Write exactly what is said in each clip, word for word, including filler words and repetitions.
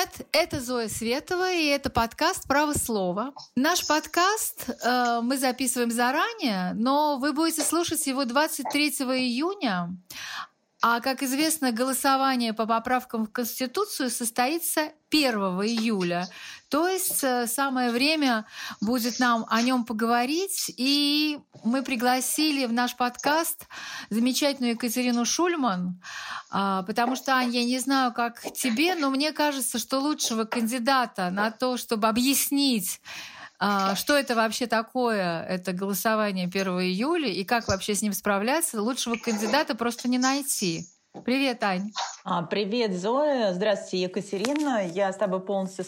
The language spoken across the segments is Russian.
Привет, это Зоя Светова, и это подкаст «Право слова». Наш подкаст э, мы записываем заранее, но вы будете слушать его двадцать третьего июня, а, как известно, голосование по поправкам в Конституцию состоится первого июля. То есть самое время будет нам о нем поговорить, и мы пригласили в наш подкаст замечательную Екатерину Шульман, потому что, Ань, я не знаю, как тебе, но мне кажется, что лучшего кандидата на то, чтобы объяснить, что это вообще такое, это голосование первого июля, и как вообще с ним справляться, лучшего кандидата просто не найти. Привет, Ань. Привет, Зоя. Здравствуйте, Екатерина. Я с тобой полностью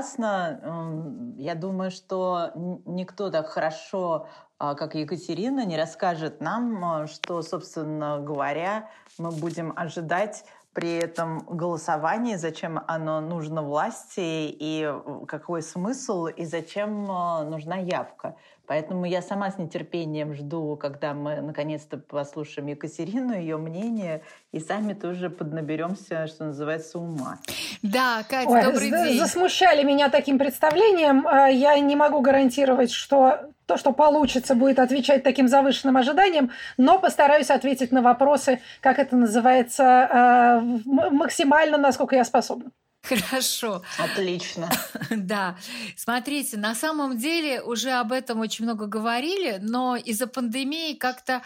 согласна. Я думаю, что никто так хорошо, как Екатерина, не расскажет нам, что, собственно говоря, мы будем ожидать при этом голосовании, зачем оно нужно власти, и какой смысл, и зачем нужна явка. Поэтому я сама с нетерпением жду, когда мы наконец-то послушаем Екатерину, ее мнение, и сами тоже поднаберемся, что называется, ума. Да, Катя, Ой, добрый за- день. Засмущали меня таким представлением. Я не могу гарантировать, что то, что получится, будет отвечать таким завышенным ожиданиям, но постараюсь ответить на вопросы, как это называется, максимально, насколько я способна. Хорошо. Отлично. Да. Смотрите, на самом деле уже об этом очень много говорили, но из-за пандемии как-то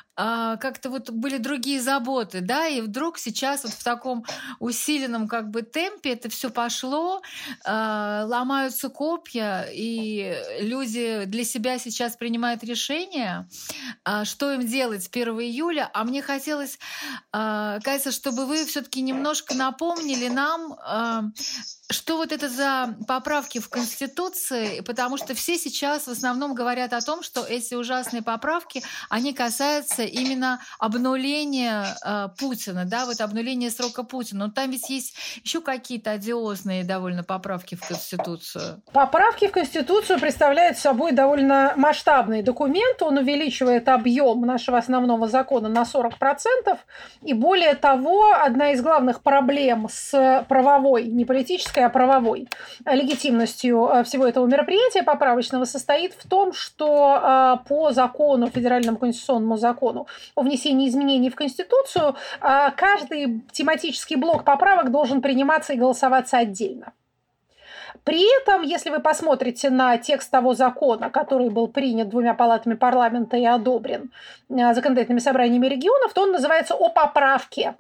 а, как-то вот были другие заботы, да, и вдруг сейчас вот в таком усиленном как бы темпе это все пошло, а, ломаются копья, и люди для себя сейчас принимают решение, а, что им делать первого июля, а мне хотелось, а, Катя, чтобы вы все-таки немножко напомнили нам, а, что вот это за поправки в Конституции, потому что все сейчас в основном говорят о том, что эти ужасные поправки, они касаются именно обнуления э, Путина, да, вот обнуления срока Путина. Но там ведь есть еще какие-то одиозные довольно поправки в Конституцию. Поправки в Конституцию представляют собой довольно масштабный документ. Он увеличивает объем нашего основного закона на сорок процентов. И более того, одна из главных проблем с правовой, не политической, а правовой легитимностью всего этого мероприятия поправочного состоит в том, что по закону, федеральному конституционному закону о внесении изменений в Конституцию, каждый тематический блок поправок должен приниматься и голосоваться отдельно. При этом, если вы посмотрите на текст того закона, который был принят двумя палатами парламента и одобрен законодательными собраниями регионов, то он называется «О поправке».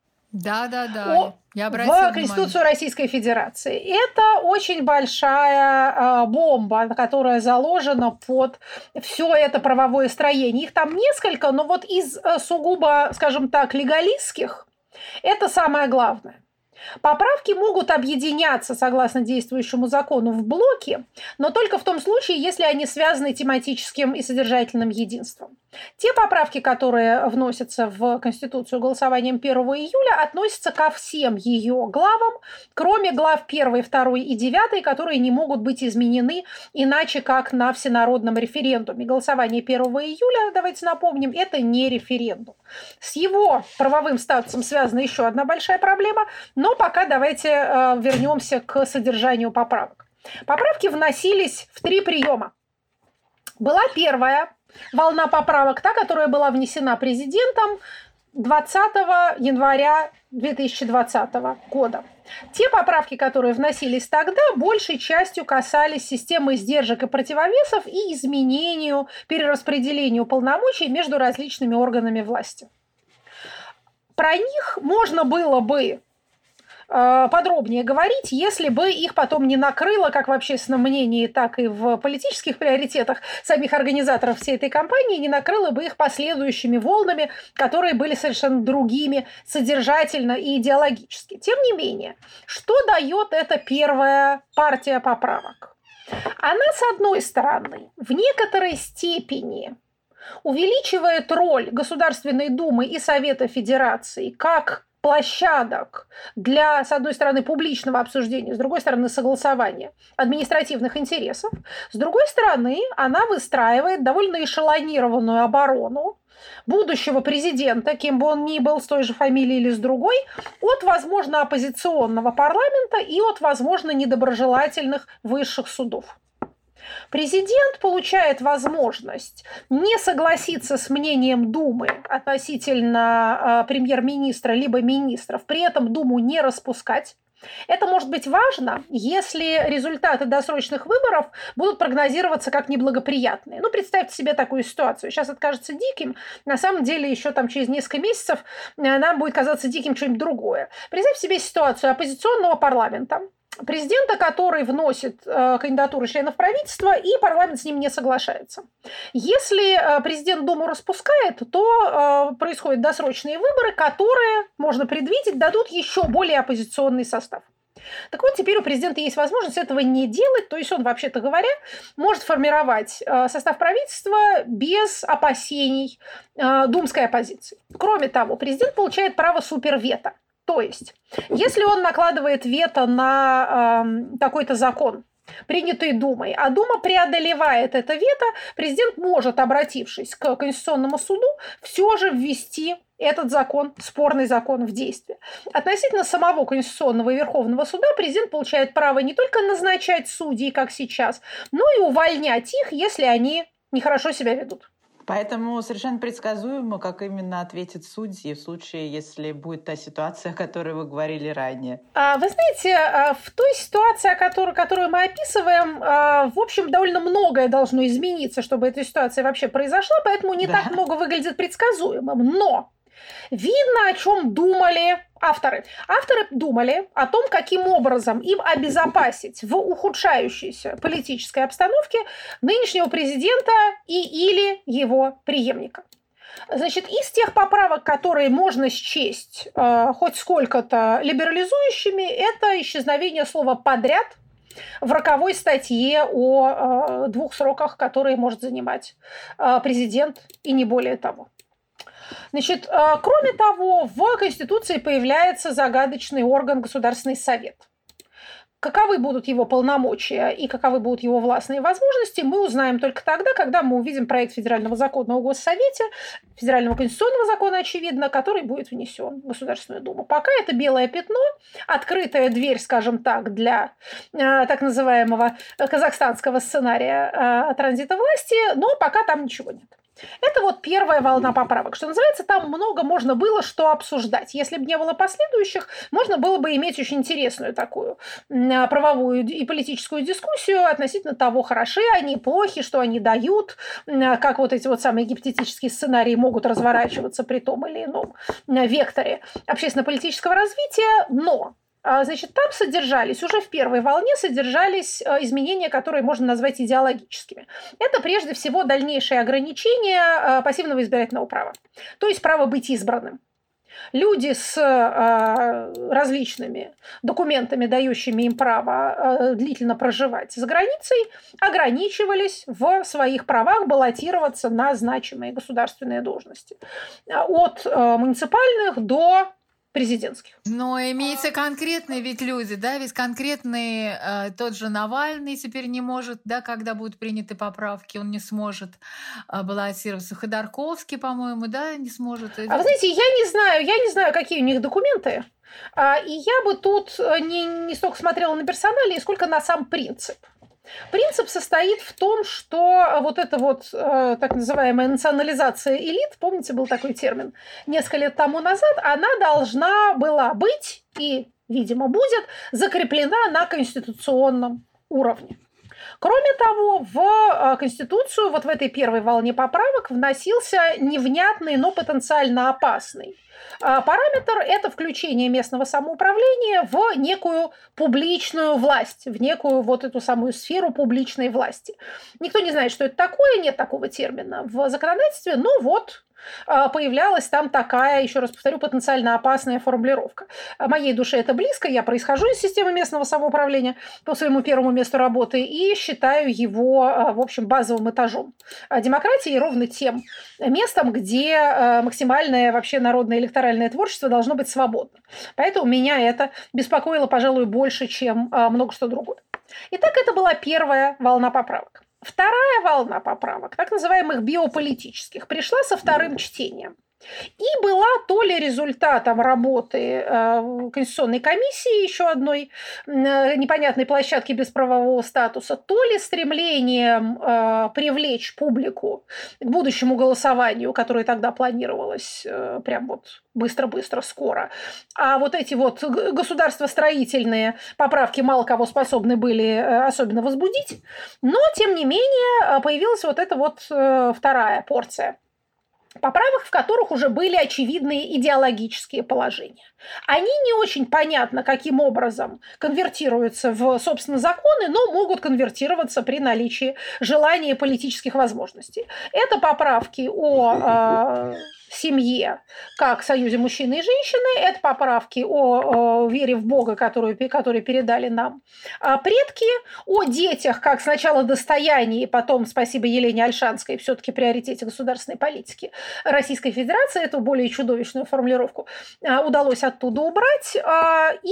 Да, да, да. Я в Конституцию Российской Федерации. Это очень большая э, бомба, которая заложена под все это правовое строение. Их там несколько, но вот из э, сугубо, скажем так, легалистских это самое главное. Поправки могут объединяться, согласно действующему закону, в блоки, но только в том случае, если они связаны тематическим и содержательным единством. Те поправки, которые вносятся в Конституцию голосованием первого июля, относятся ко всем ее главам, кроме глав первой, второй и девятой, которые не могут быть изменены иначе, как на всенародном референдуме. Голосование первого июля, давайте напомним, это не референдум. С его правовым статусом связана еще одна большая проблема, но пока давайте э, вернемся к содержанию поправок. Поправки вносились в три приема. Была первая волна поправок, та, которая была внесена президентом двадцатого января две тысячи двадцатого года. Те поправки, которые вносились тогда, большей частью касались системы издержек и противовесов и изменению, перераспределению полномочий между различными органами власти. Про них можно было бы подробнее говорить, если бы их потом не накрыло как в общественном мнении, так и в политических приоритетах самих организаторов всей этой кампании, не накрыло бы их последующими волнами, которые были совершенно другими содержательно и идеологически. Тем не менее, что дает эта первая партия поправок? Она, с одной стороны, в некоторой степени увеличивает роль Государственной Думы и Совета Федерации как площадок для, с одной стороны, публичного обсуждения, с другой стороны, согласования административных интересов. С другой стороны, она выстраивает довольно эшелонированную оборону будущего президента, кем бы он ни был, с той же фамилией или с другой, от, возможно, оппозиционного парламента и от, возможно, недоброжелательных высших судов. Президент получает возможность не согласиться с мнением Думы относительно э, премьер-министра либо министров, при этом Думу не распускать. Это может быть важно, если результаты досрочных выборов будут прогнозироваться как неблагоприятные. Ну, представьте себе такую ситуацию. Сейчас это кажется диким, на самом деле еще там через несколько месяцев нам будет казаться диким что-нибудь другое. Представьте себе ситуацию оппозиционного парламента, президента, который вносит э, кандидатуры членов правительства, и парламент с ним не соглашается. Если э, президент Думу распускает, то э, происходят досрочные выборы, которые, можно предвидеть, дадут еще более оппозиционный состав. Так вот, теперь у президента есть возможность этого не делать, то есть он, вообще-то говоря, может формировать э, состав правительства без опасений э, думской оппозиции. Кроме того, президент получает право супервето. То есть, если он накладывает вето на э, какой-то закон, принятый Думой, а Дума преодолевает это вето, президент может, обратившись к Конституционному суду, все же ввести этот закон, спорный закон, в действие. Относительно самого Конституционного и Верховного суда президент получает право не только назначать судей, как сейчас, но и увольнять их, если они нехорошо себя ведут. Поэтому совершенно предсказуемо, как именно ответят судьи в случае, если будет та ситуация, о которой вы говорили ранее. Вы знаете, в той ситуации, которую, которую мы описываем, в общем, довольно многое должно измениться, чтобы эта ситуация вообще произошла, поэтому не да. так много выглядит предсказуемым. Но видно, о чем думали авторы. Авторы думали о том, каким образом им обезопасить в ухудшающейся политической обстановке нынешнего президента и или его преемника. Значит, из тех поправок, которые можно счесть э, хоть сколько-то либерализующими, это исчезновение слова «подряд» в роковой статье о э, двух сроках, которые может занимать э, президент, и не более того. Значит, кроме того, в Конституции появляется загадочный орган Государственный совет. Каковы будут его полномочия и каковы будут его властные возможности, мы узнаем только тогда, когда мы увидим проект федерального закона о Госсовете, федерального конституционного закона, очевидно, который будет внесен в Государственную Думу. Пока это белое пятно, открытая дверь, скажем так, для э, так называемого казахстанского сценария э, транзита власти, но пока там ничего нет. Это вот первая волна поправок. Что называется, там много можно было что обсуждать. Если бы не было последующих, можно было бы иметь очень интересную такую правовую и политическую дискуссию относительно того, хороши они, плохи, что они дают, как вот эти вот самые гипотетические сценарии могут разворачиваться при том или ином векторе общественно-политического развития. Но значит, там содержались, уже в первой волне содержались изменения, которые можно назвать идеологическими. Это прежде всего дальнейшее ограничение пассивного избирательного права, то есть право быть избранным. Люди с различными документами, дающими им право длительно проживать за границей, ограничивались в своих правах баллотироваться на значимые государственные должности. От муниципальных до президентских. Но имеется конкретные ведь люди, да, ведь конкретный э, тот же Навальный теперь не может, да, когда будут приняты поправки, он не сможет э, баллотироваться. Ходорковский, по-моему, да, не сможет. А вы знаете, я не знаю, я не знаю, какие у них документы, а, и я бы тут не, не столько смотрела на персоналии, сколько на сам принцип. Принцип состоит в том, что вот эта вот э, так называемая национализация элит, помните, был такой термин несколько лет тому назад, она должна была быть и, видимо, будет закреплена на конституционном уровне. Кроме того, в Конституцию вот в этой первой волне поправок вносился невнятный, но потенциально опасный параметр – это включение местного самоуправления в некую публичную власть, в некую вот эту самую сферу публичной власти. Никто не знает, что это такое, нет такого термина в законодательстве, но вот появлялась там такая, еще раз повторю, потенциально опасная формулировка. Моей душе это близко, я происхожу из системы местного самоуправления по своему первому месту работы и считаю его, в общем, базовым этажом демократии и ровно тем местом, где максимальное вообще народное электоральное творчество должно быть свободно. Поэтому меня это беспокоило, пожалуй, больше, чем много что другое. Итак, это была первая волна поправок. Вторая волна поправок, так называемых биополитических, пришла со вторым чтением. И была то ли результатом работы э, Конституционной комиссии, еще одной э, непонятной площадки без правового статуса, то ли стремлением э, привлечь публику к будущему голосованию, которое тогда планировалось э, прям вот быстро-быстро, скоро. А вот эти вот государствостроительные поправки мало кого способны были э, особенно возбудить. Но, тем не менее, появилась вот эта вот э, вторая порция поправок, в которых уже были очевидные идеологические положения. Они не очень понятно, каким образом конвертируются в, собственно, законы, но могут конвертироваться при наличии желания и политических возможностей. Это поправки о э, семье как союзе мужчины и женщины, это поправки о, о вере в Бога, которую, которые передали нам предки, о детях как сначала достоянии, потом, спасибо Елене Ольшанской, все-таки приоритете государственной политики Российской Федерации, эту более чудовищную формулировку удалось оттуда убрать, и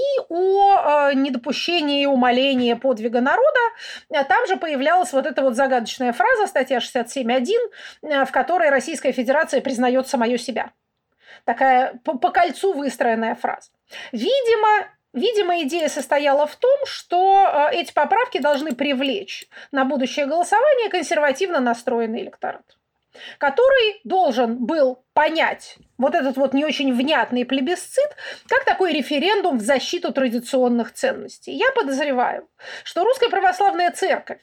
о недопущении и умалении подвига народа. Там же появлялась вот эта вот загадочная фраза, статья шестьдесят семь один, в которой Российская Федерация признает самое себя. Такая по, по кольцу выстроенная фраза. Видимо, видимо, идея состояла в том, что эти поправки должны привлечь на будущее голосование консервативно настроенный электорат, который должен был понять вот этот вот не очень внятный плебисцит как такой референдум в защиту традиционных ценностей. Я подозреваю, что Русская Православная Церковь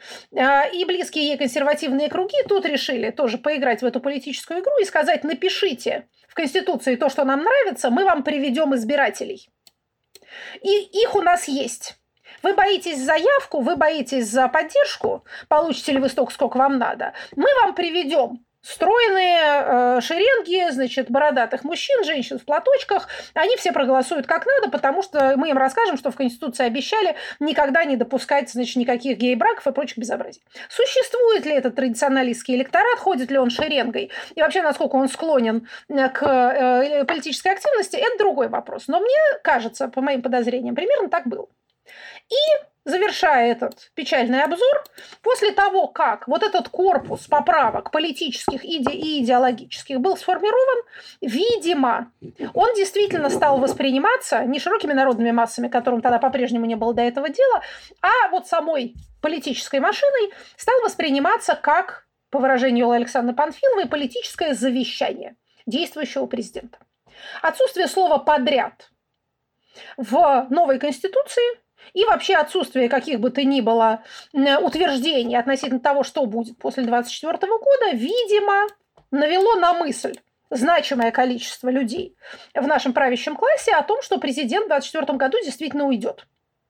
и близкие ей консервативные круги тут решили тоже поиграть в эту политическую игру и сказать: напишите в Конституции то, что нам нравится, мы вам приведем избирателей. И их у нас есть. Вы боитесь за заявку, вы боитесь за поддержку, получите ли вы столько, сколько вам надо. Мы вам приведем стройные э, шеренги, значит, бородатых мужчин, женщин в платочках. Они все проголосуют как надо, потому что мы им расскажем, что в Конституции обещали никогда не допускать, значит, никаких гей-браков и прочих безобразий. Существует ли этот традиционалистский электорат, ходит ли он шеренгой, и вообще, насколько он склонен к э, политической активности, это другой вопрос. Но мне кажется, по моим подозрениям, примерно так было. И, завершая этот печальный обзор, после того, как вот этот корпус поправок политических и идеологических был сформирован, видимо, он действительно стал восприниматься не широкими народными массами, которым тогда по-прежнему не было до этого дела, а вот самой политической машиной стал восприниматься как, по выражению Александры Панфиловой, политическое завещание действующего президента. Отсутствие слова «подряд» в новой Конституции и вообще отсутствие каких бы то ни было утверждений относительно того, что будет после двадцать четвёртого года, видимо, навело на мысль значимое количество людей в нашем правящем классе о том, что президент в двадцать четвёртом году действительно уйдет.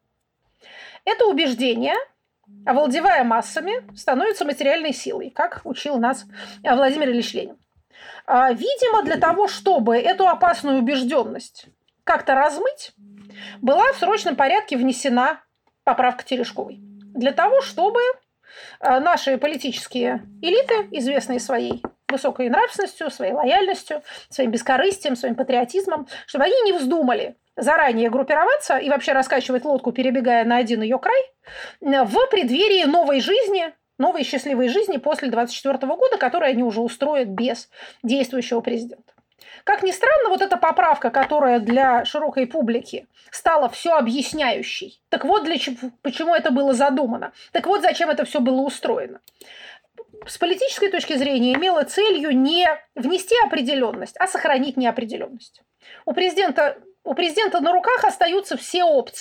Это убеждение, овладевая массами, становится материальной силой, как учил нас Владимир Ильич Ленин. Видимо, для того, чтобы эту опасную убежденность как-то размыть, была в срочном порядке внесена поправка Терешковой. Для того, чтобы наши политические элиты, известные своей высокой нравственностью, своей лояльностью, своим бескорыстием, своим патриотизмом, чтобы они не вздумали заранее группироваться и вообще раскачивать лодку, перебегая на один ее край, в преддверии новой жизни, новой счастливой жизни после двадцать четвёртого года, которую они уже устроят без действующего президента. Как ни странно, вот эта поправка, которая для широкой публики стала все объясняющей, так вот для чего, почему это было задумано, так вот зачем это все было устроено. С политической точки зрения имела целью не внести определенность, а сохранить неопределенность. У президента, у президента на руках остаются все опции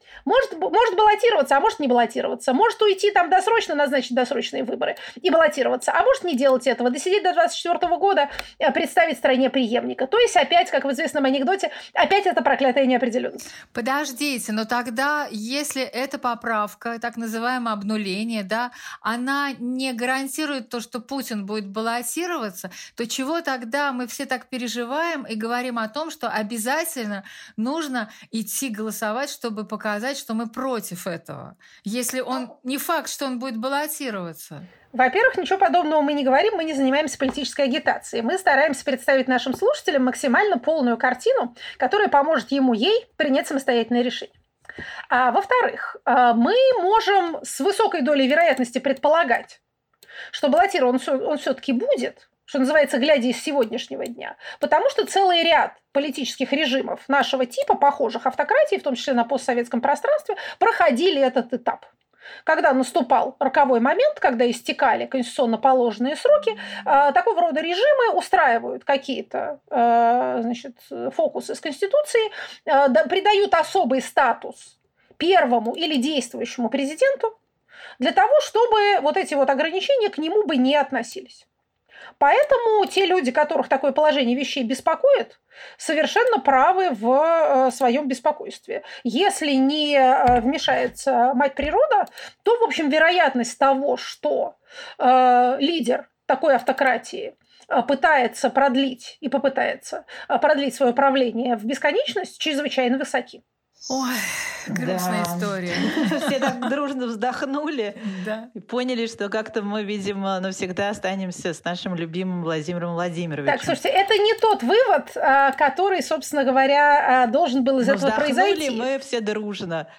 Может, может баллотироваться, а может не баллотироваться. Может уйти там досрочно, назначить досрочные выборы и баллотироваться. А может не делать этого, досидеть до двадцать четвёртого года, представить стране преемника. То есть опять, как в известном анекдоте, опять эта проклятая неопределенность. Подождите, но тогда, если эта поправка, так называемое обнуление, да, она не гарантирует то, что Путин будет баллотироваться, то чего тогда мы все так переживаем и говорим о том, что обязательно нужно идти голосовать, чтобы показать, что мы против этого, если он не факт, что он будет баллотироваться? Во-первых, ничего подобного мы не говорим, мы не занимаемся политической агитацией. Мы стараемся представить нашим слушателям максимально полную картину, которая поможет ему, ей принять самостоятельное решение. А во-вторых, мы можем с высокой долей вероятности предполагать, что баллотирован он, он все-таки будет, что называется, глядя из сегодняшнего дня, потому что целый ряд политических режимов нашего типа, похожих автократий, в том числе на постсоветском пространстве, проходили этот этап. Когда наступал роковой момент, когда истекали конституционно положенные сроки, такого рода режимы устраивают какие-то, значит, фокусы с Конституцией, придают особый статус первому или действующему президенту для того, чтобы вот эти вот ограничения к нему бы не относились. Поэтому те люди, которых такое положение вещей беспокоит, совершенно правы в своем беспокойстве. Если не вмешается мать природа, то, в общем, вероятность того, что э, лидер такой автократии пытается продлить и попытается продлить свое правление в бесконечность, чрезвычайно высоки. Ой, грустная да. история. Все так дружно вздохнули да. и поняли, что как-то мы, видимо, навсегда останемся с нашим любимым Владимиром Владимировичем. Так, слушайте, это не тот вывод, который, собственно говоря, должен был из мы этого произойти. Вздохнули мы все дружно.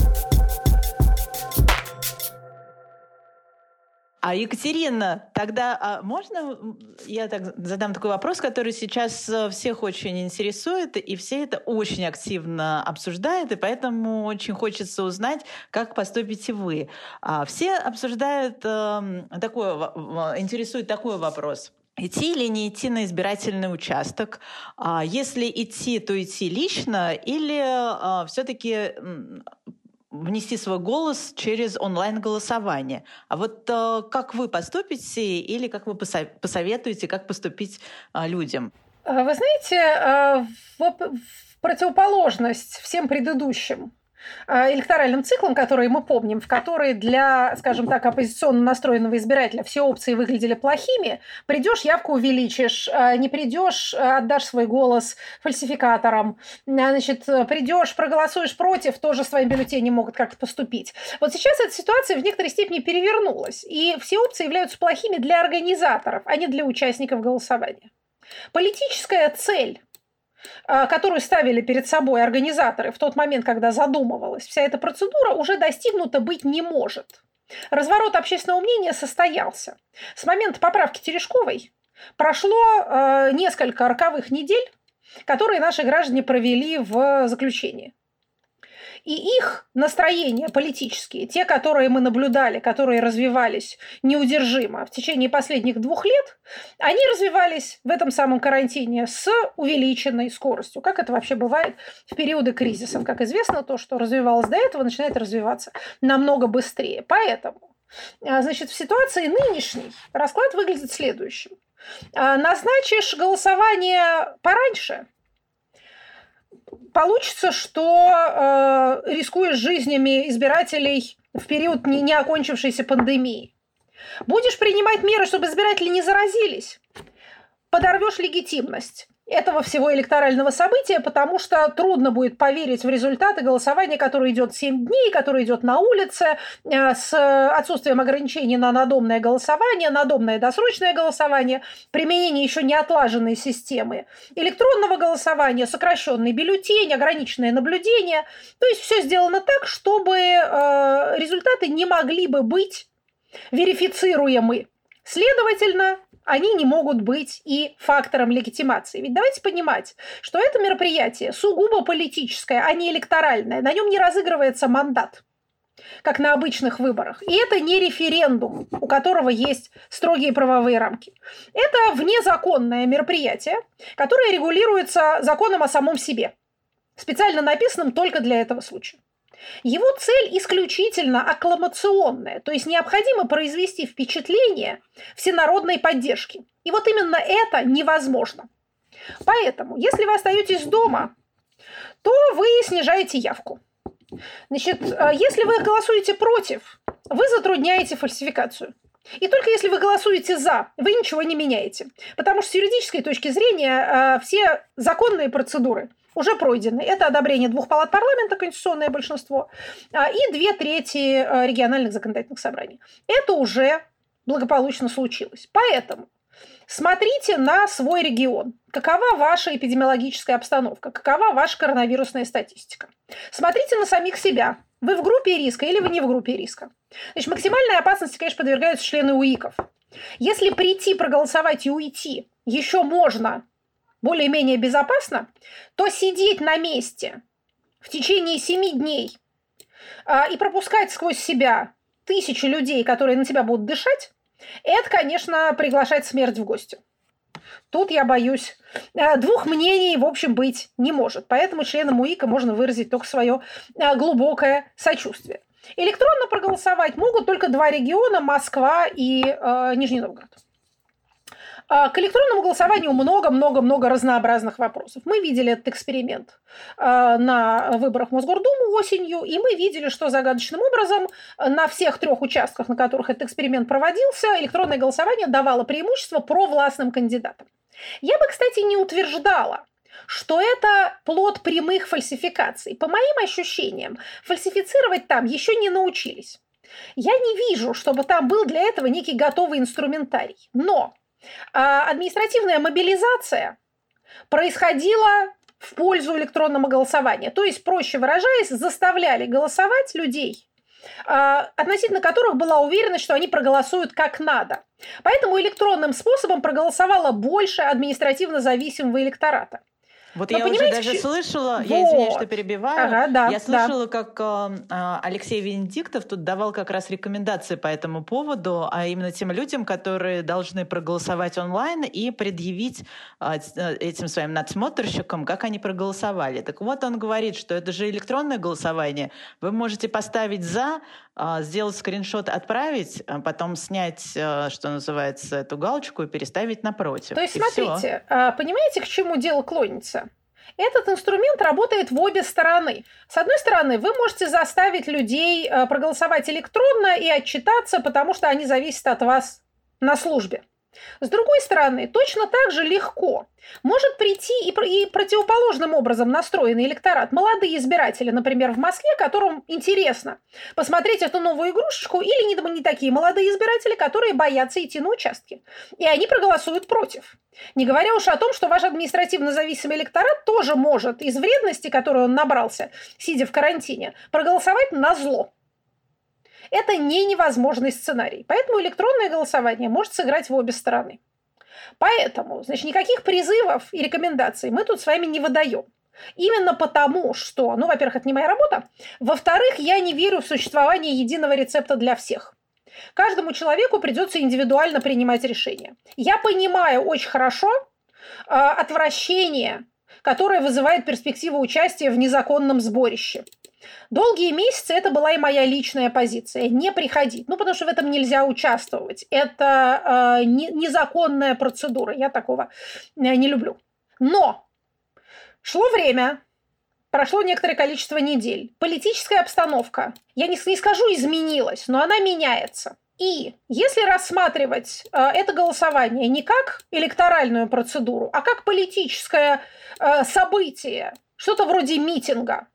А Екатерина, тогда а можно я так задам такой вопрос, который сейчас всех очень интересует, и все это очень активно обсуждают, и поэтому очень хочется узнать, как поступите вы. А все обсуждают э, такой, интересует такой вопрос. Идти или не идти на избирательный участок? А если идти, то идти лично или а, все-таки внести свой голос через онлайн-голосование. А вот э, как вы поступите или как вы посоветуете, как поступить э, людям? Вы знаете, э, в, в противоположность всем предыдущим электоральным циклам, которые мы помним, в которые для, скажем так, оппозиционно настроенного избирателя все опции выглядели плохими, придешь, явку увеличишь, не придешь, отдашь свой голос фальсификаторам, значит, придешь, проголосуешь против, тоже своим бюллетенем могут как-то поступить. Вот сейчас эта ситуация в некоторой степени перевернулась, и все опции являются плохими для организаторов, а не для участников голосования. Политическая цель, которую ставили перед собой организаторы в тот момент, когда задумывалась вся эта процедура, уже достигнута быть не может. Разворот общественного мнения состоялся. С момента поправки Терешковой прошло э, несколько роковых недель, которые наши граждане провели в заключении. И их настроения политические, те, которые мы наблюдали, которые развивались неудержимо в течение последних двух лет, они развивались в этом самом карантине с увеличенной скоростью. Как это вообще бывает в периоды кризиса? Как известно, то, что развивалось до этого, начинает развиваться намного быстрее. Поэтому, значит, в ситуации нынешней расклад выглядит следующим. Назначишь голосование пораньше, получится, что э, рискуешь жизнями избирателей в период не, не окончившейся пандемии. Будешь принимать меры, чтобы избиратели не заразились, подорвешь легитимность этого всего электорального события, потому что трудно будет поверить в результаты голосования, которое идет семь дней, которое идет на улице, с отсутствием ограничений на надомное голосование, надомное досрочное голосование, применение еще не отлаженной системы электронного голосования, сокращенный бюллетень, ограниченное наблюдение. То есть все сделано так, чтобы результаты не могли бы быть верифицируемы. Следовательно, они не могут быть и фактором легитимации. Ведь давайте понимать, что это мероприятие сугубо политическое, а не электоральное. На нем не разыгрывается мандат, как на обычных выборах. И это не референдум, у которого есть строгие правовые рамки. Это внезаконное мероприятие, которое регулируется законом о самом себе, специально написанным только для этого случая. Его цель исключительно аккламационная, то есть необходимо произвести впечатление всенародной поддержки. И вот именно это невозможно. Поэтому, если вы остаетесь дома, то вы снижаете явку. Значит, если вы голосуете против, вы затрудняете фальсификацию. И только если вы голосуете «за», вы ничего не меняете. Потому что с юридической точки зрения все законные процедуры уже пройдены. Это одобрение двух палат парламента, конституционное большинство, и две трети региональных законодательных собраний. Это уже благополучно случилось. Поэтому смотрите на свой регион. Какова ваша эпидемиологическая обстановка? Какова ваша коронавирусная статистика? Смотрите на самих себя. Вы в группе риска или вы не в группе риска? Значит, максимальной опасности, конечно, подвергаются члены УИКов. Если прийти, проголосовать и уйти еще можно более-менее безопасно, то сидеть на месте в течение семи дней а, и пропускать сквозь себя тысячи людей, которые на тебя будут дышать, это, конечно, приглашать смерть в гости. Тут, я боюсь, двух мнений, в общем, быть не может. Поэтому членам УИКа можно выразить только свое глубокое сочувствие. Электронно проголосовать могут только два региона – Москва и э, Нижний Новгород. К электронному голосованию много-много-много разнообразных вопросов. Мы видели этот эксперимент на выборах в Мосгордуму осенью, и мы видели, что загадочным образом на всех трех участках, на которых этот эксперимент проводился, электронное голосование давало преимущество провластным кандидатам. Я бы, кстати, не утверждала, что это плод прямых фальсификаций. По моим ощущениям, фальсифицировать там еще не научились. Я не вижу, чтобы там был для этого некий готовый инструментарий. Но административная мобилизация происходила в пользу электронного голосования. То есть, проще выражаясь, заставляли голосовать людей, относительно которых была уверенность, что они проголосуют как надо. Поэтому электронным способом проголосовало больше административно зависимого электората. Вот Но я уже даже ч... слышала, вот. я извиняюсь, что перебиваю, ага, да, я слышала, да. как э, Алексей Венедиктов тут давал как раз рекомендации по этому поводу, а именно тем людям, которые должны проголосовать онлайн и предъявить э, этим своим надсмотрщикам, как они проголосовали. Так вот, он говорит, что это же электронное голосование, вы можете поставить «за», э, сделать скриншот, отправить, а потом снять, э, что называется, эту галочку и переставить напротив. То есть, и смотрите, всё. Понимаете, к чему дело клонится? Этот инструмент работает в обе стороны. С одной стороны, вы можете заставить людей проголосовать электронно и отчитаться, потому что они зависят от вас на службе. С другой стороны, точно так же легко может прийти и, и противоположным образом настроенный электорат. Молодые избиратели, например, в Москве, которым интересно посмотреть эту новую игрушечку, или не, не такие молодые избиратели, которые боятся идти на участки. И они проголосуют против. Не говоря уж о том, что ваш административно зависимый электорат тоже может из вредности, которую он набрался, сидя в карантине, проголосовать назло. Это не невозможный сценарий. Поэтому электронное голосование может сыграть в обе стороны. Поэтому, значит, никаких призывов и рекомендаций мы тут с вами не выдаем. Именно потому, что, ну, во-первых, это не моя работа, во-вторых, я не верю в существование единого рецепта для всех. Каждому человеку придется индивидуально принимать решения. Я понимаю очень хорошо э, отвращение, которое вызывает перспектива участия в незаконном сборище. Долгие месяцы это была и моя личная позиция. Не приходить. Ну, потому что в этом нельзя участвовать. Это э, не, незаконная процедура. Я такого не люблю. Но шло время, прошло некоторое количество недель. Политическая обстановка, я не, не скажу изменилась, но она меняется. И если рассматривать э, это голосование не как электоральную процедуру, а как политическое э, событие, что-то вроде митинга,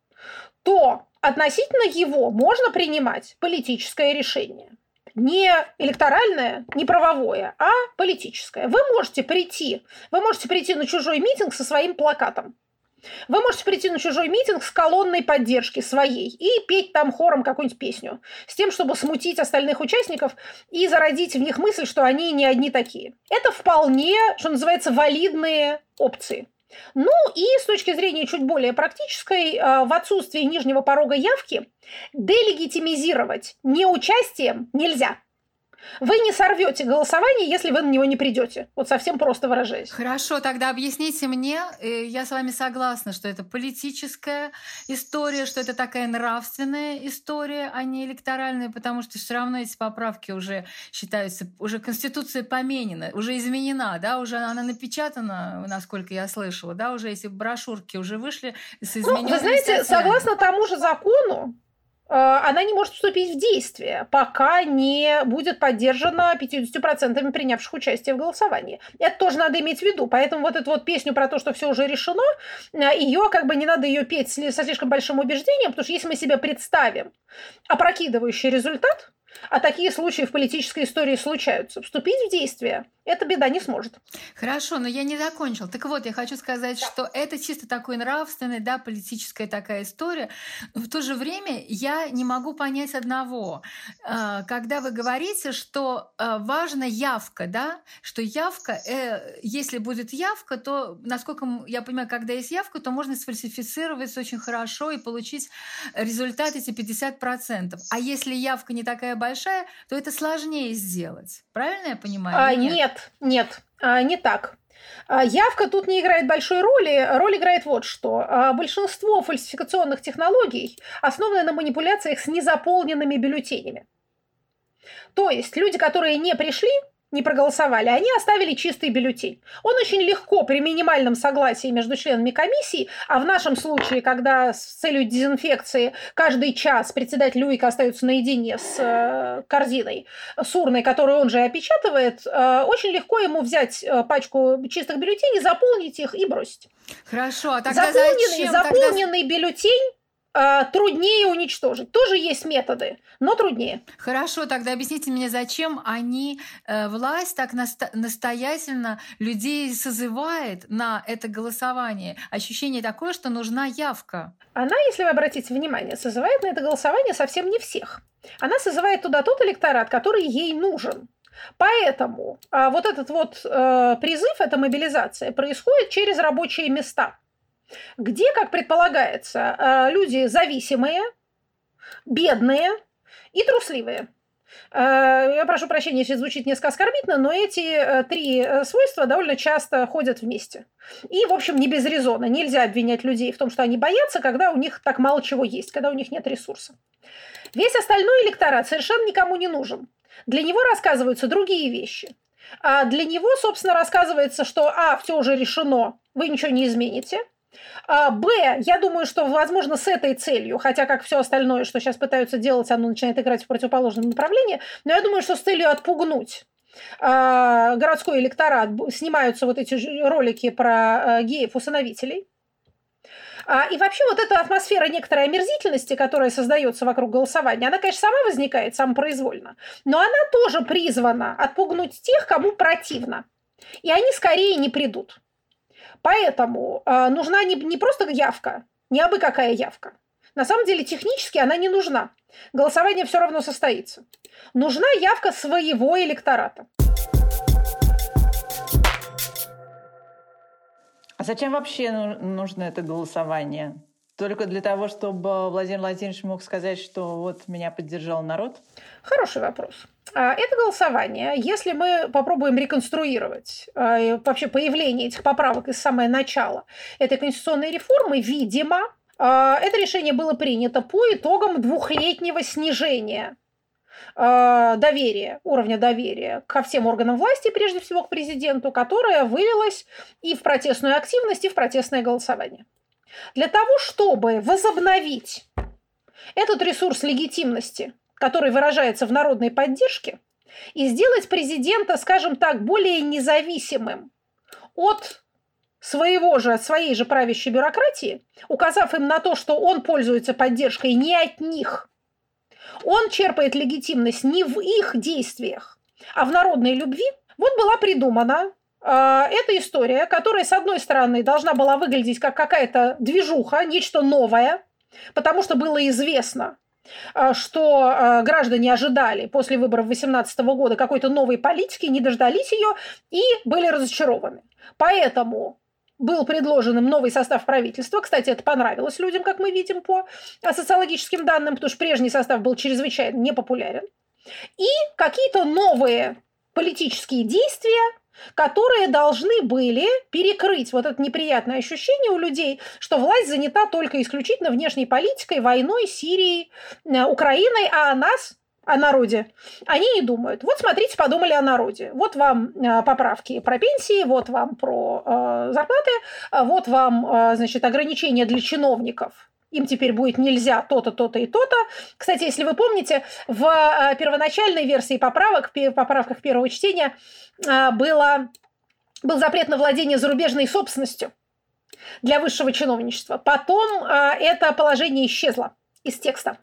то относительно его можно принимать политическое решение. Не электоральное, не правовое, а политическое. Вы можете прийти, вы можете прийти на чужой митинг со своим плакатом. Вы можете прийти на чужой митинг с колонной поддержки своей и петь там хором какую-нибудь песню, с тем, чтобы смутить остальных участников и зародить в них мысль, что они не одни такие. Это вполне, что называется, валидные опции. Ну и с точки зрения чуть более практической, в отсутствии нижнего порога явки делегитимизировать неучастием нельзя. Вы не сорвете голосование, если вы на него не придете. Вот совсем просто выражаясь. Хорошо, тогда объясните мне, я с вами согласна, что это политическая история, что это такая нравственная история, а не электоральная, потому что все равно эти поправки уже считаются, уже Конституция поменена, уже изменена, да, уже она напечатана, насколько я слышала, да, уже эти брошюрки уже вышли с измененными. Ну, вы знаете, согласно тому же закону, она не может вступить в действие, пока не будет поддержана пятьюдесятью процентами принявших участие в голосовании. Это тоже надо иметь в виду. Поэтому вот эту вот песню про то, что все уже решено, ее как бы не надо ее петь со слишком большим убеждением, потому что если мы себе представим опрокидывающий результат, а такие случаи в политической истории случаются, вступить в действие эта беда не сможет. Хорошо, но я не закончила. Так вот, я хочу сказать, да. что это чисто такой нравственный, да, политическая такая история. Но в то же время я не могу понять одного. Когда вы говорите, что важна явка, да, что явка, если будет явка, то, насколько я понимаю, когда есть явка, то можно сфальсифицировать очень хорошо и получить результат эти пятьдесят процентов. А если явка не такая большая, то это сложнее сделать. Правильно я понимаю? А, нет, нет, а, не так. А, явка тут не играет большой роли. Роль играет вот что. А, большинство фальсификационных технологий основаны на манипуляциях с незаполненными бюллетенями. То есть люди, которые не пришли, не проголосовали, они оставили чистый бюллетень. Он очень легко при минимальном согласии между членами комиссии, а в нашем случае, когда с целью дезинфекции каждый час председатель УИК остается наедине с э, корзиной, с урной, которую он же опечатывает, э, очень легко ему взять э, пачку чистых бюллетеней, заполнить их и бросить. Хорошо, а тогда заполненный, зачем заполненный тогда... бюллетень труднее уничтожить. Тоже есть методы, но труднее. Хорошо, тогда объясните мне, зачем они, э, власть так наста- настоятельно людей созывает на это голосование? Ощущение такое, что нужна явка. Она, если вы обратите внимание, созывает на это голосование совсем не всех. Она созывает туда тот электорат, который ей нужен. Поэтому а, вот этот вот э, призыв, эта мобилизация происходит через рабочие места, где, как предполагается, люди зависимые, бедные и трусливые. Я прошу прощения, если звучит несколько оскорбительно, но эти три свойства довольно часто ходят вместе. И, в общем, не без резона. Нельзя обвинять людей в том, что они боятся, когда у них так мало чего есть, когда у них нет ресурса. Весь остальной электорат совершенно никому не нужен. Для него рассказываются другие вещи. А для него, собственно, рассказывается, что а, все уже решено, вы ничего не измените. А, б, я думаю, что, возможно, с этой целью, хотя как все остальное, что сейчас пытаются делать, оно начинает играть в противоположном направлении, но я думаю, что с целью отпугнуть а, городской электорат снимаются вот эти ролики про а, геев-усыновителей. А, и вообще вот эта атмосфера некоторой омерзительности, которая создается вокруг голосования, она, конечно, сама возникает самопроизвольно, но она тоже призвана отпугнуть тех, кому противно. И они скорее не придут. Поэтому э, нужна не, не просто явка, не абы какая явка. На самом деле технически она не нужна. Голосование все равно состоится. Нужна явка своего электората. А зачем вообще нужно это голосование? Только для того, чтобы Владимир Владимирович мог сказать, что вот меня поддержал народ? Хороший вопрос. Это голосование, если мы попробуем реконструировать вообще появление этих поправок из самого начала этой конституционной реформы, видимо, это решение было принято по итогам двухлетнего снижения доверия, уровня доверия ко всем органам власти, прежде всего к президенту, которое вылилось и в протестную активность, и в протестное голосование. Для того, чтобы возобновить этот ресурс легитимности, который выражается в народной поддержке, и сделать президента, скажем так, более независимым от своего же, от своей же правящей бюрократии, указав им на то, что он пользуется поддержкой не от них, он черпает легитимность не в их действиях, а в народной любви, вот была придумана э, эта история, которая, с одной стороны, должна была выглядеть как какая-то движуха, нечто новое, потому что было известно, что граждане ожидали после выборов две тысячи восемнадцатого года какой-то новой политики, не дождались ее и были разочарованы. Поэтому был предложен им новый состав правительства. Кстати, это понравилось людям, как мы видим по социологическим данным, потому что прежний состав был чрезвычайно непопулярен. и какие-то новые политические действия, которые должны были перекрыть вот это неприятное ощущение у людей, что власть занята только исключительно внешней политикой, войной, Сирией, Украиной, а о нас, о народе, они не думают. Вот смотрите, подумали о народе. Вот вам поправки про пенсии, вот вам про э, зарплаты, вот вам, э, значит, ограничения для чиновников. Им теперь будет нельзя то-то, то-то и то-то. Кстати, если вы помните, в э, первоначальной версии поправок, в поправках первого чтения э, было, был запрет на владение зарубежной собственностью для высшего чиновничества. Потом э, это положение исчезло из текста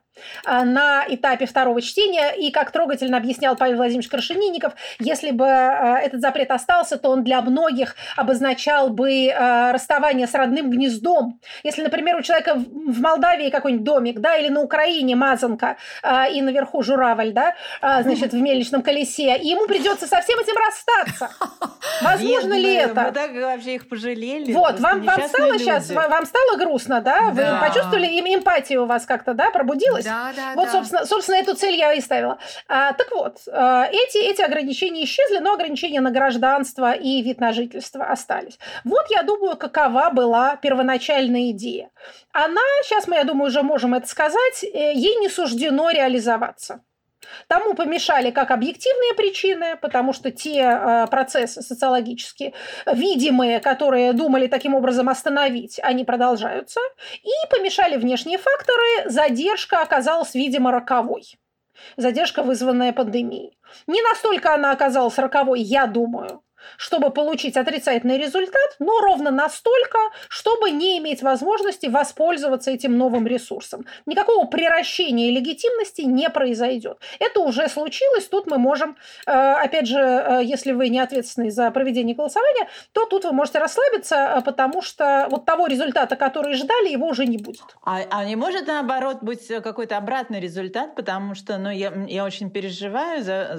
на этапе второго чтения, и, как трогательно объяснял Павел Владимирович Крашенинников, если бы этот запрет остался, то он для многих обозначал бы расставание с родным гнездом. Если, например, у человека в Молдавии какой-нибудь домик, да, или на Украине мазанка, и наверху журавль, да, значит, в мельничном колесе, и ему придется со всем этим расстаться. Возможно ли это? Мы так вообще их пожалели. Вот, вам, вам стало люди. Сейчас, вам стало грустно, да? Вы да. почувствовали, эмпатия у вас как-то, да, пробудилась? Да, да, вот, да. собственно, собственно, эту цель я и ставила. А, так вот, эти, эти ограничения исчезли, но ограничения на гражданство и вид на жительство остались. Вот, я думаю, какова была первоначальная идея. Она, сейчас мы, я думаю, уже можем это сказать, ей не суждено реализоваться. Тому помешали как объективные причины, потому что те э, процессы социологические, видимые, которые думали таким образом остановить, они продолжаются. И помешали внешние факторы. Задержка оказалась, видимо, роковой. Задержка, вызванная пандемией. Не настолько она оказалась роковой, я думаю, чтобы получить отрицательный результат, но ровно настолько, чтобы не иметь возможности воспользоваться этим новым ресурсом. Никакого приращения легитимности не произойдет. Это уже случилось, тут мы можем, опять же, если вы не ответственны за проведение голосования, то тут вы можете расслабиться, потому что вот того результата, который ждали, его уже не будет. А, а не может, наоборот, быть какой-то обратный результат, потому что ну, я, я очень переживаю за,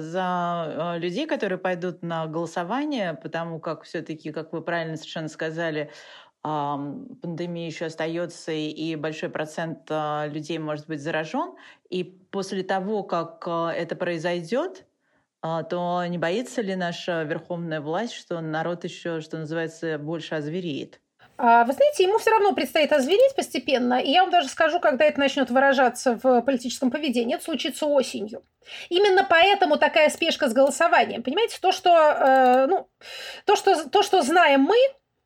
за людей, которые пойдут на голосование, потому как все-таки, как вы правильно совершенно сказали, пандемия еще остается, и большой процент людей может быть заражен. И после того, как это произойдет, то не боится ли наша верховная власть, что народ еще, что называется, больше озвереет? Вы знаете, ему все равно предстоит озвереть постепенно, и я вам даже скажу, когда это начнет выражаться в политическом поведении, это случится осенью. Именно поэтому такая спешка с голосованием. Понимаете, то, что, э, ну, то, что, то, что знаем мы,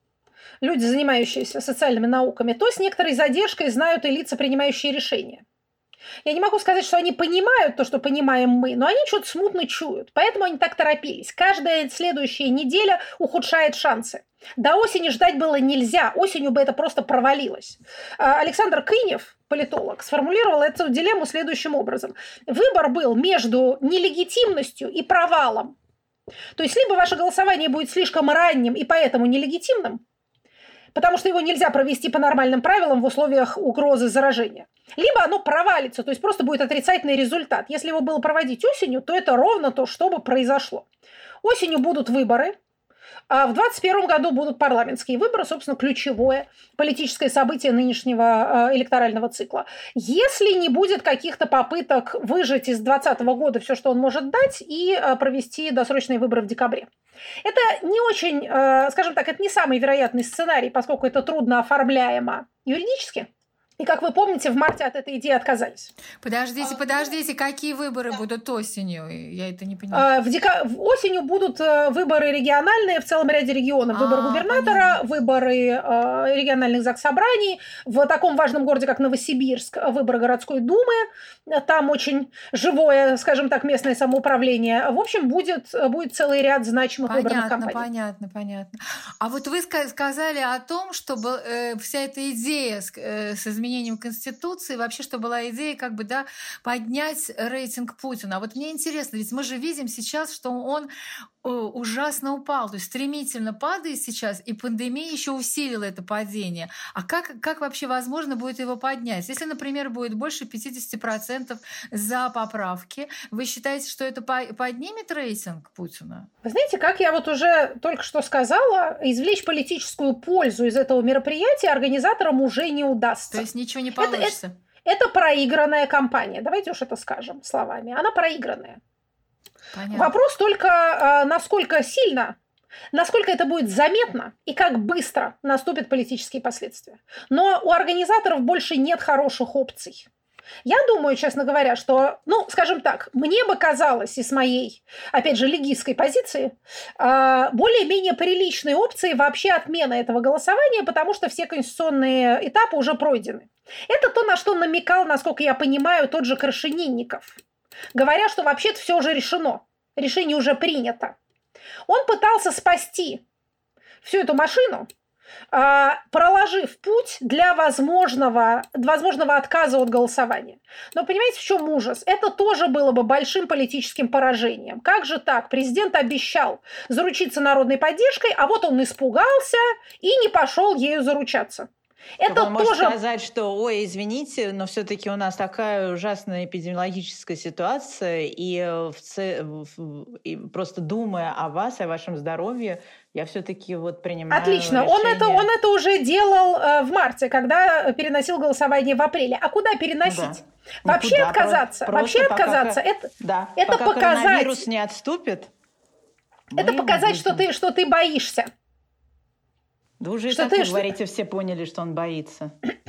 люди, занимающиеся социальными науками, то с некоторой задержкой знают и лица, принимающие решения. Я не могу сказать, что они понимают то, что понимаем мы, но они что-то смутно чуют. Поэтому они так торопились. Каждая следующая неделя ухудшает шансы. До осени ждать было нельзя. Осенью бы это просто провалилось. Александр Кынев, политолог, сформулировал эту дилемму следующим образом. Выбор был между нелегитимностью и провалом. То есть либо ваше голосование будет слишком ранним и поэтому нелегитимным, потому что его нельзя провести по нормальным правилам в условиях угрозы заражения. Либо оно провалится, то есть просто будет отрицательный результат. Если его было проводить осенью, то это ровно то, что бы произошло. Осенью будут выборы, а в двадцать первом году будут парламентские выборы, собственно, ключевое политическое событие нынешнего электорального цикла. Если не будет каких-то попыток выжать из двадцатого года все, что он может дать, и провести досрочные выборы в декабре. Это не очень, скажем так, это не самый вероятный сценарий, поскольку это трудно оформляемо юридически. И, как вы помните, в марте от этой идеи отказались. Подождите, подождите, какие выборы будут осенью? Я это не понимаю. В дека... Осенью будут выборы региональные в целом ряде регионов. Выбор а, губернатора, понятно. Выборы региональных заксобраний. В таком важном городе, как Новосибирск, выборы городской думы. Там очень живое, скажем так, местное самоуправление. В общем, будет, будет целый ряд значимых понятно, выборных кампаний. Понятно, понятно. А вот вы сказали о том, что вся эта идея с изменением изменением Конституции, вообще, что была идея как бы, да, поднять рейтинг Путина. А вот мне интересно, ведь мы же видим сейчас, что он ужасно упал, то есть стремительно падает сейчас, и пандемия еще усилила это падение. А как, как вообще возможно будет его поднять? Если, например, будет больше пятьдесят процентов за поправки, вы считаете, что это поднимет рейтинг Путина? Вы знаете, как я вот уже только что сказала, извлечь политическую пользу из этого мероприятия организаторам уже не удастся. То есть ничего не получится? Это, это, Это проигранная кампания. Давайте уж это скажем словами. Она проигранная. Понятно. Вопрос только, насколько сильно, насколько это будет заметно и как быстро наступят политические последствия. Но у организаторов больше нет хороших опций. Я думаю, честно говоря, что, ну, скажем так, мне бы казалось из моей, опять же, легистской позиции, более-менее приличной опцией вообще отмена этого голосования, потому что все конституционные этапы уже пройдены. Это то, на что намекал, насколько я понимаю, тот же Крашенинников, говоря, что вообще-то все уже решено, решение уже принято. Он пытался спасти всю эту машину, проложив путь для возможного, возможного отказа от голосования. Но понимаете, в чем ужас? Это тоже было бы большим политическим поражением. Как же так? Президент обещал заручиться народной поддержкой, а вот он испугался и не пошел ею заручаться. Это он тоже... может сказать, что, ой, извините, но все-таки у нас такая ужасная эпидемиологическая ситуация, и, в, и просто думая о вас, о вашем здоровье, я все-таки вот принимаю Отлично. решение. Он это, он это уже делал э, в марте, когда переносил голосование в апреле. А куда переносить? Да. Вообще Никуда. отказаться. Просто Вообще отказаться. Пока, это да, это пока показать. Коронавирус не отступит. Это показать, что ты, что ты боишься. Да уже и так, вы говорите, все поняли, что он боится.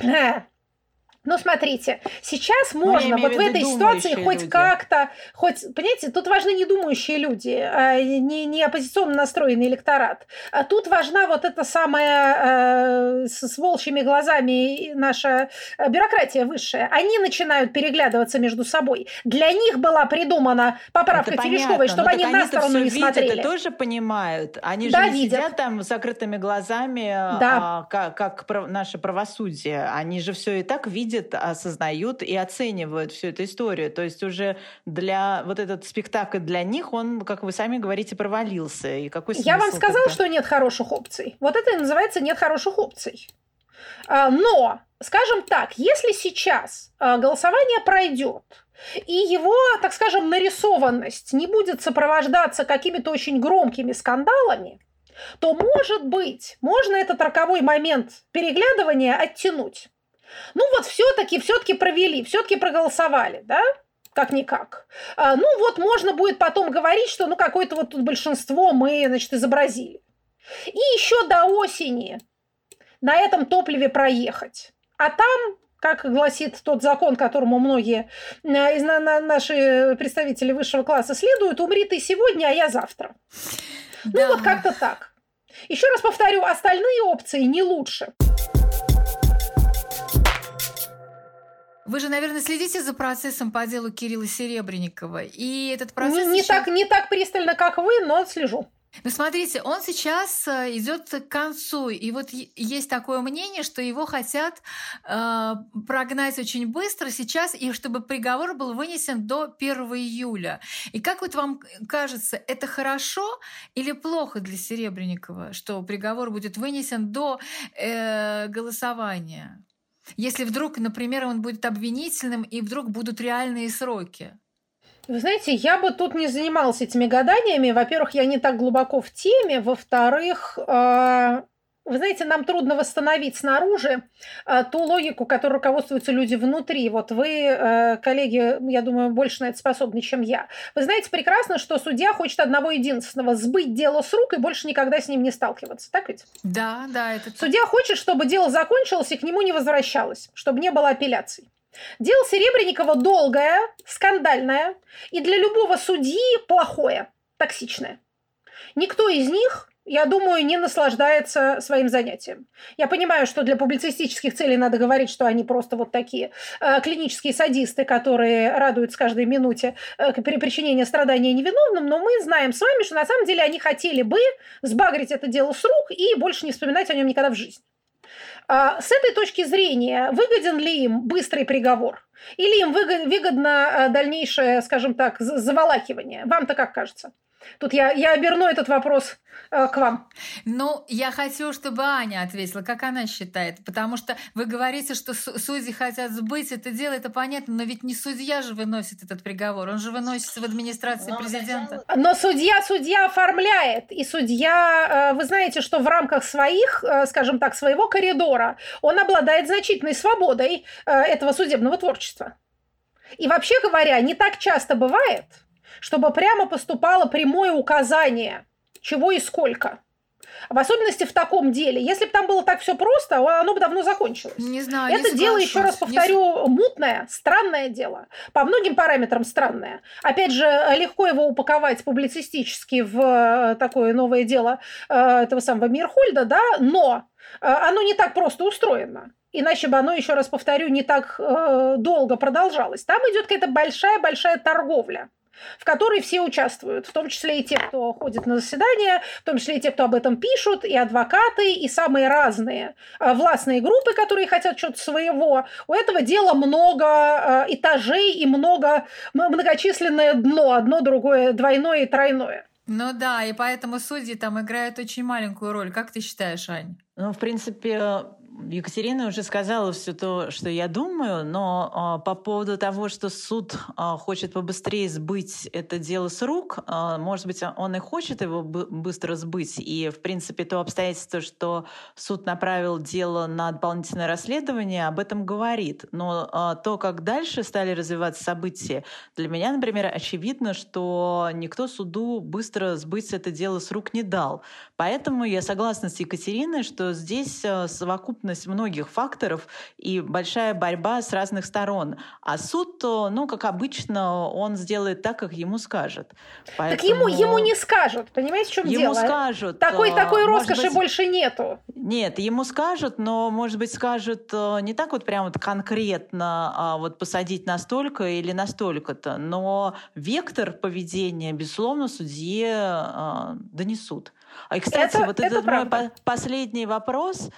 Ну, смотрите, сейчас можно вот в этой ситуации хоть люди. как-то, хоть, понимаете, тут важны не думающие люди, не, не оппозиционно настроенный электорат. А тут важна вот эта самая э, с, с волчьими глазами наша бюрократия высшая. Они начинают переглядываться между собой. Для них была придумана поправка это Терешковой, чтобы они на сторону не смотрели. Это тоже понимают. Они да, же не видят. сидят там с закрытыми глазами, да. а, как, как прав, наше правосудие. Они же все и так видят, осознают и оценивают всю эту историю. То есть уже для вот этот спектакль для них, он, как вы сами говорите, провалился. И какой смысл? Я вам сказала, тогда? что нет хороших опций. Вот это и называется нет хороших опций. Но, скажем так, если сейчас голосование пройдет, и его, так скажем, нарисованность не будет сопровождаться какими-то очень громкими скандалами, то, может быть, можно этот роковой момент переглядывания оттянуть. Ну вот все-таки, все-таки провели, все-таки проголосовали, да? Как-никак. А, ну вот можно будет потом говорить, что ну какое-то вот тут большинство мы, значит, изобразили. И еще до осени на этом топливе проехать. А там, как гласит тот закон, которому многие из на, на, наши представители высшего класса следуют, умри ты сегодня, а я завтра. Да. Ну вот как-то так. Еще раз повторю, остальные опции не лучше. Вы же, наверное, следите за процессом по делу Кирилла Серебренникова. И этот процесс... Не, не, еще... так, не так пристально, как вы, но слежу. Ну, смотрите, он сейчас идет к концу. И вот есть такое мнение, что его хотят э, прогнать очень быстро сейчас, и чтобы приговор был вынесен до первого июля. И как вот вам кажется, это хорошо или плохо для Серебренникова, что приговор будет вынесен до э, голосования? Если вдруг, например, он будет обвинительным, и вдруг будут реальные сроки? Вы знаете, я бы тут не занималась этими гаданиями. Во-первых, я не так глубоко в теме. Во-вторых, э, вы знаете, нам трудно восстановить снаружи э, ту логику, которой руководствуются люди внутри. Вот вы, э, коллеги, я думаю, больше на это способны, чем я. Вы знаете прекрасно, что судья хочет одного единственного – сбыть дело с рук и больше никогда с ним не сталкиваться. Так ведь? Да, да. Это... Судья хочет, чтобы дело закончилось и к нему не возвращалось, чтобы не было апелляций. Дело Серебренникова долгое, скандальное и для любого судьи плохое, токсичное. Никто из них, я думаю, не наслаждается своим занятием. Я понимаю, что для публицистических целей надо говорить, что они просто вот такие э, клинические садисты, которые радуют с каждой минуте э, при причинении страдания невиновным, но мы знаем с вами, что на самом деле они хотели бы сбагрить это дело с рук и больше не вспоминать о нем никогда в жизни. С этой точки зрения, выгоден ли им быстрый приговор? Или им выгодно дальнейшее, скажем так, заволакивание? Вам-то как кажется? Тут я, я оберну этот вопрос э, к вам. Ну, я хочу, чтобы Аня ответила, как она считает. Потому что вы говорите, что судьи хотят сбыть это дело, это понятно, но ведь не судья же выносит этот приговор, он же выносится в администрации но президента. Но судья судья оформляет, и судья, вы знаете, что в рамках своих, скажем так, своего коридора он обладает значительной свободой этого судебного творчества. И вообще говоря, не так часто бывает, чтобы прямо поступало прямое указание, чего и сколько. В особенности в таком деле. Если бы там было так все просто, оно бы давно закончилось. Не знаю, Это не дело, еще раз повторю, не... мутное, странное дело. По многим параметрам странное. Опять же, легко его упаковать публицистически в такое новое дело этого самого Мейерхольда, да, но оно не так просто устроено. Иначе бы оно, еще раз повторю, не так э, долго продолжалось. Там идет какая-то большая-большая торговля, в которой все участвуют, в том числе и те, кто ходит на заседания, в том числе и те, кто об этом пишут, и адвокаты, и самые разные э, властные группы, которые хотят что-то своего. У этого дела много э, этажей и много, многочисленное дно, одно, другое, двойное и тройное. Ну да, и поэтому судьи там играют очень маленькую роль. Как ты считаешь, Ань? Ну, в принципе, Екатерина уже сказала все то, что я думаю, но а, по поводу того, что суд а, хочет побыстрее сбыть это дело с рук, а, может быть, он и хочет его бы- быстро сбыть, и, в принципе, то обстоятельство, что суд направил дело на дополнительное расследование, об этом говорит. Но а, то, как дальше стали развиваться события, для меня, например, очевидно, что никто суду быстро сбыть это дело с рук не дал. Поэтому я согласна с Екатериной, что здесь а, совокупность многих факторов и большая борьба с разных сторон. А суд, ну, как обычно, он сделает так, как ему скажут. Поэтому... Так ему, ему не скажут, понимаете, в чем ему дело? Ему скажут. Такой, такой роскоши быть... больше нету. Нет, ему скажут, но, может быть, скажут не так вот прям вот конкретно а вот посадить настолько или настолько-то, но вектор поведения, безусловно, судье а, донесут. И, кстати, это, вот это этот мой по- последний вопрос,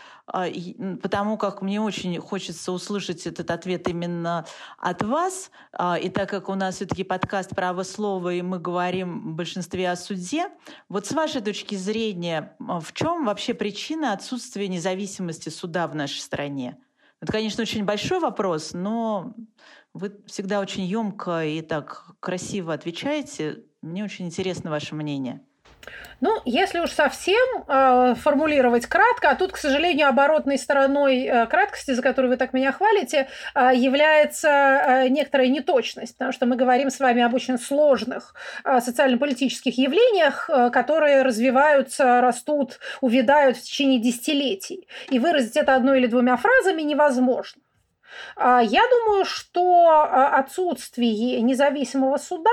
потому как мне очень хочется услышать этот ответ именно от вас. И так как у нас все-таки подкаст «Право слова», и мы говорим в большинстве о суде, вот с вашей точки зрения, в чем вообще причина отсутствия независимости суда в нашей стране? Это, конечно, очень большой вопрос, но вы всегда очень емко и так красиво отвечаете. Мне очень интересно ваше мнение. Ну, если уж совсем э, формулировать кратко, а тут, к сожалению, оборотной стороной э, краткости, за которую вы так меня хвалите, э, является э, некоторая неточность, потому что мы говорим с вами об очень сложных э, социально-политических явлениях, э, которые развиваются, растут, увядают в течение десятилетий. И выразить это одной или двумя фразами невозможно. Э, я думаю, что отсутствие независимого суда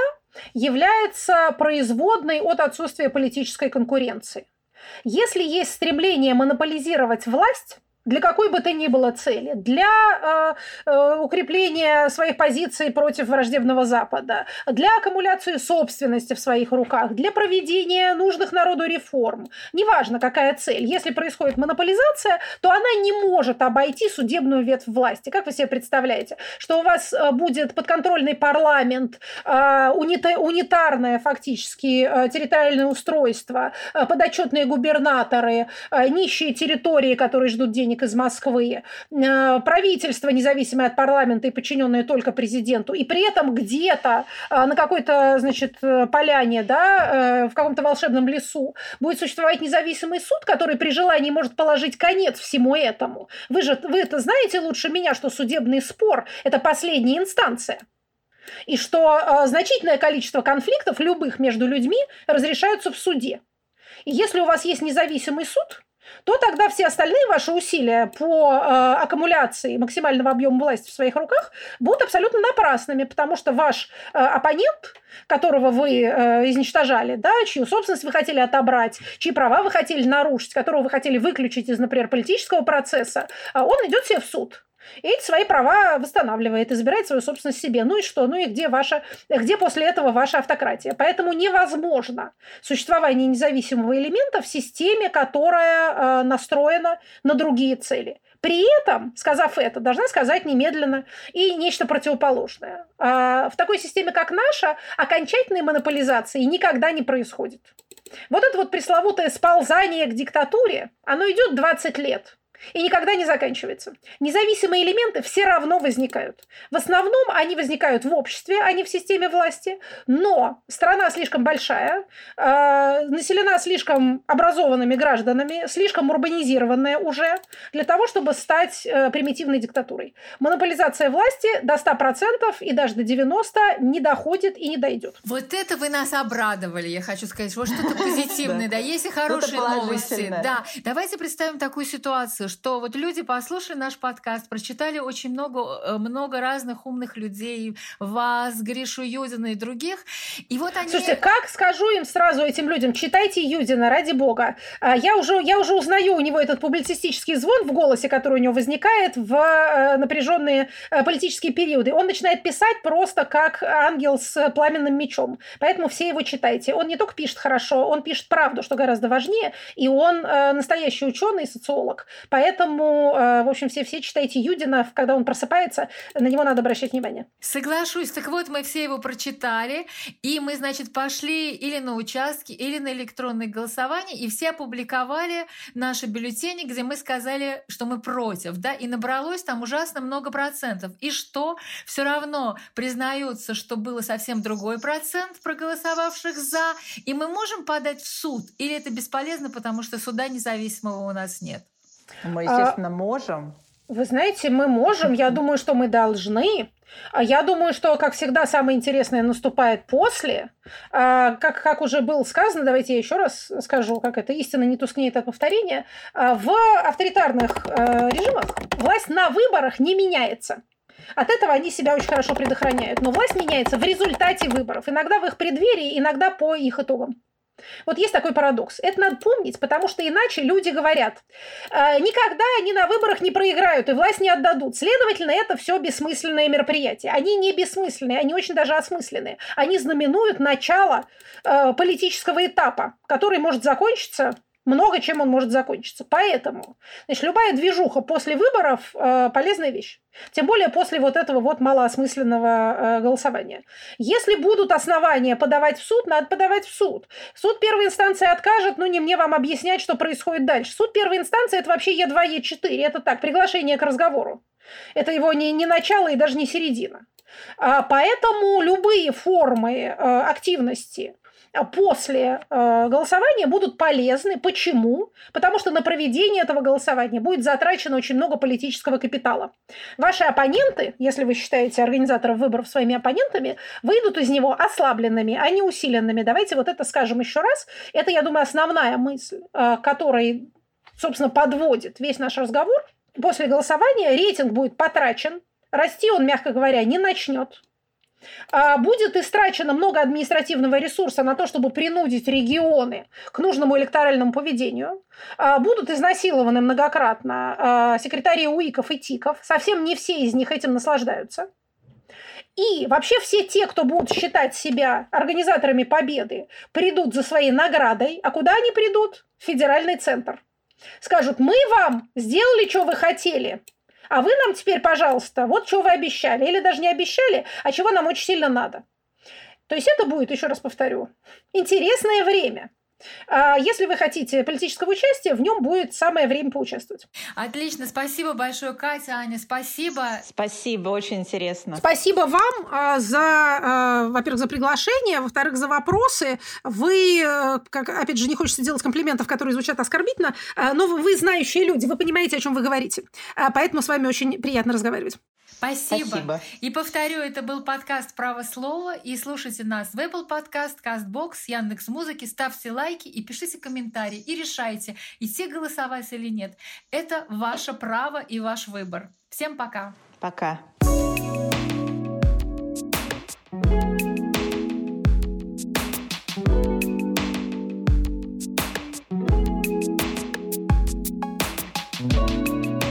является производной от отсутствия политической конкуренции. Если есть стремление монополизировать власть, для какой бы то ни было цели, для э, э, укрепления своих позиций против враждебного Запада, для аккумуляции собственности в своих руках, для проведения нужных народу реформ, неважно какая цель, если происходит монополизация, то она не может обойти судебную ветвь власти. Как вы себе представляете, что у вас будет подконтрольный парламент, э, унита- унитарное фактически э, территориальное устройство, э, подотчетные губернаторы, э, нищие территории, которые ждут денег из Москвы, правительство, независимое от парламента и подчиненное только президенту, и при этом где-то на какой-то, значит, поляне, да, в каком-то волшебном лесу будет существовать независимый суд, который при желании может положить конец всему этому. Вы же, вы это знаете лучше меня, что судебный спор – это последняя инстанция. И что э, значительное количество конфликтов, любых между людьми, разрешаются в суде. И если у вас есть независимый суд, то тогда все остальные ваши усилия по э, аккумуляции максимального объема власти в своих руках будут абсолютно напрасными, потому что ваш э, оппонент, которого вы э, изничтожали, да, чью собственность вы хотели отобрать, чьи права вы хотели нарушить, которого вы хотели выключить из, например, политического процесса, э, он идет себе в суд. И эти свои права восстанавливает и забирает свою собственность себе. Ну и что? Ну и где, ваша, где после этого ваша автократия? Поэтому невозможно существование независимого элемента в системе, которая э, настроена на другие цели. При этом, сказав это, должна сказать немедленно и нечто противоположное. А в такой системе, как наша, окончательной монополизации никогда не происходит. Вот это вот пресловутое сползание к диктатуре, оно идет двадцать лет. И никогда не заканчивается. Независимые элементы все равно возникают. В основном они возникают в обществе, а не в системе власти. Но страна слишком большая, э, населена слишком образованными гражданами, слишком урбанизированная уже, для того, чтобы стать э, примитивной диктатурой. Монополизация власти до ста процентов и даже до девяноста процентов не доходит и не дойдет. Вот это вы нас обрадовали, я хочу сказать. Вот что-то позитивное, да, есть и хорошие новости. Да, давайте представим такую ситуацию, что вот люди послушали наш подкаст, прочитали очень много, много разных умных людей, вас, Гришу Юдина и других, и вот они... Слушайте, как скажу им сразу, этим людям, читайте Юдина, ради бога. Я уже, я уже узнаю у него этот публицистический звон в голосе, который у него возникает в напряженные политические периоды. Он начинает писать просто как ангел с пламенным мечом. Поэтому все его читайте. Он не только пишет хорошо, он пишет правду, что гораздо важнее, и он настоящий ученый, социолог. Поэтому, в общем, все, все читайте Юдина, когда он просыпается, на него надо обращать внимание. Соглашусь. Так вот, мы все его прочитали, и мы, значит, пошли или на участки, или на электронное голосование, и все опубликовали наши бюллетени, где мы сказали, что мы против, да, и набралось там ужасно много процентов. И что? Все равно признаются, что было совсем другой процент проголосовавших «за», и мы можем подать в суд, или это бесполезно, потому что суда независимого у нас нет? Мы, естественно, а, можем. Вы знаете, мы можем. Я думаю, что мы должны. Я думаю, что, как всегда, самое интересное наступает после. Как, как уже было сказано, давайте я еще раз скажу, как это истина не тускнеет от повторения. В авторитарных режимах власть на выборах не меняется. От этого они себя очень хорошо предохраняют. Но власть меняется в результате выборов. Иногда в их преддверии, иногда по их итогам. Вот есть такой парадокс. Это надо помнить, потому что иначе люди говорят, э, никогда они на выборах не проиграют и власть не отдадут. Следовательно, это все бессмысленные мероприятия. Они не бессмысленные, они очень даже осмысленные. Они знаменуют начало э, политического этапа, который может закончиться много чем он может закончиться. Поэтому, значит, любая движуха после выборов э, – полезная вещь. Тем более после вот этого вот малоосмысленного э, голосования. Если будут основания подавать в суд, надо подавать в суд. Суд первой инстанции откажет, ну не мне вам объяснять, что происходит дальше. Суд первой инстанции – это вообще Е два, Е четыре. Это так, приглашение к разговору. Это его не, не начало и даже не середина. А, поэтому любые формы э, активности после э, голосования будут полезны. Почему? Потому что на проведение этого голосования будет затрачено очень много политического капитала. Ваши оппоненты, если вы считаете организаторов выборов своими оппонентами, выйдут из него ослабленными, а не усиленными. Давайте вот это скажем еще раз. Это, я думаю, основная мысль, э, которая, собственно, подводит весь наш разговор. После голосования рейтинг будет потрачен. Расти он, мягко говоря, не начнет. Будет истрачено много административного ресурса на то, чтобы принудить регионы к нужному электоральному поведению. Будут изнасилованы многократно секретари УИКов и ТИКов. Совсем не все из них этим наслаждаются. И вообще все те, кто будут считать себя организаторами победы, придут за своей наградой. А куда они придут? В федеральный центр. Скажут, мы вам сделали, что вы хотели. А вы нам теперь, пожалуйста, вот что вы обещали. Или даже не обещали, а чего нам очень сильно надо. То есть это будет, еще раз повторю, интересное время. Если вы хотите политического участия, в нем будет самое время поучаствовать. Отлично. Спасибо большое, Катя, Аня. Спасибо. Спасибо. Очень интересно. Спасибо вам за, во-первых, за приглашение, во-вторых, за вопросы. Вы, как, опять же, не хочется делать комплиментов, которые звучат оскорбительно, но вы знающие люди, вы понимаете, о чем вы говорите. Поэтому с вами очень приятно разговаривать. Спасибо. Спасибо. И повторю, это был подкаст «Право слова». И слушайте нас в Apple Podcast, CastBox, Яндекс.Музыке. Ставьте лайки и пишите комментарии. И решайте, идти голосовать или нет. Это ваше право и ваш выбор. Всем пока. Пока. Thank you.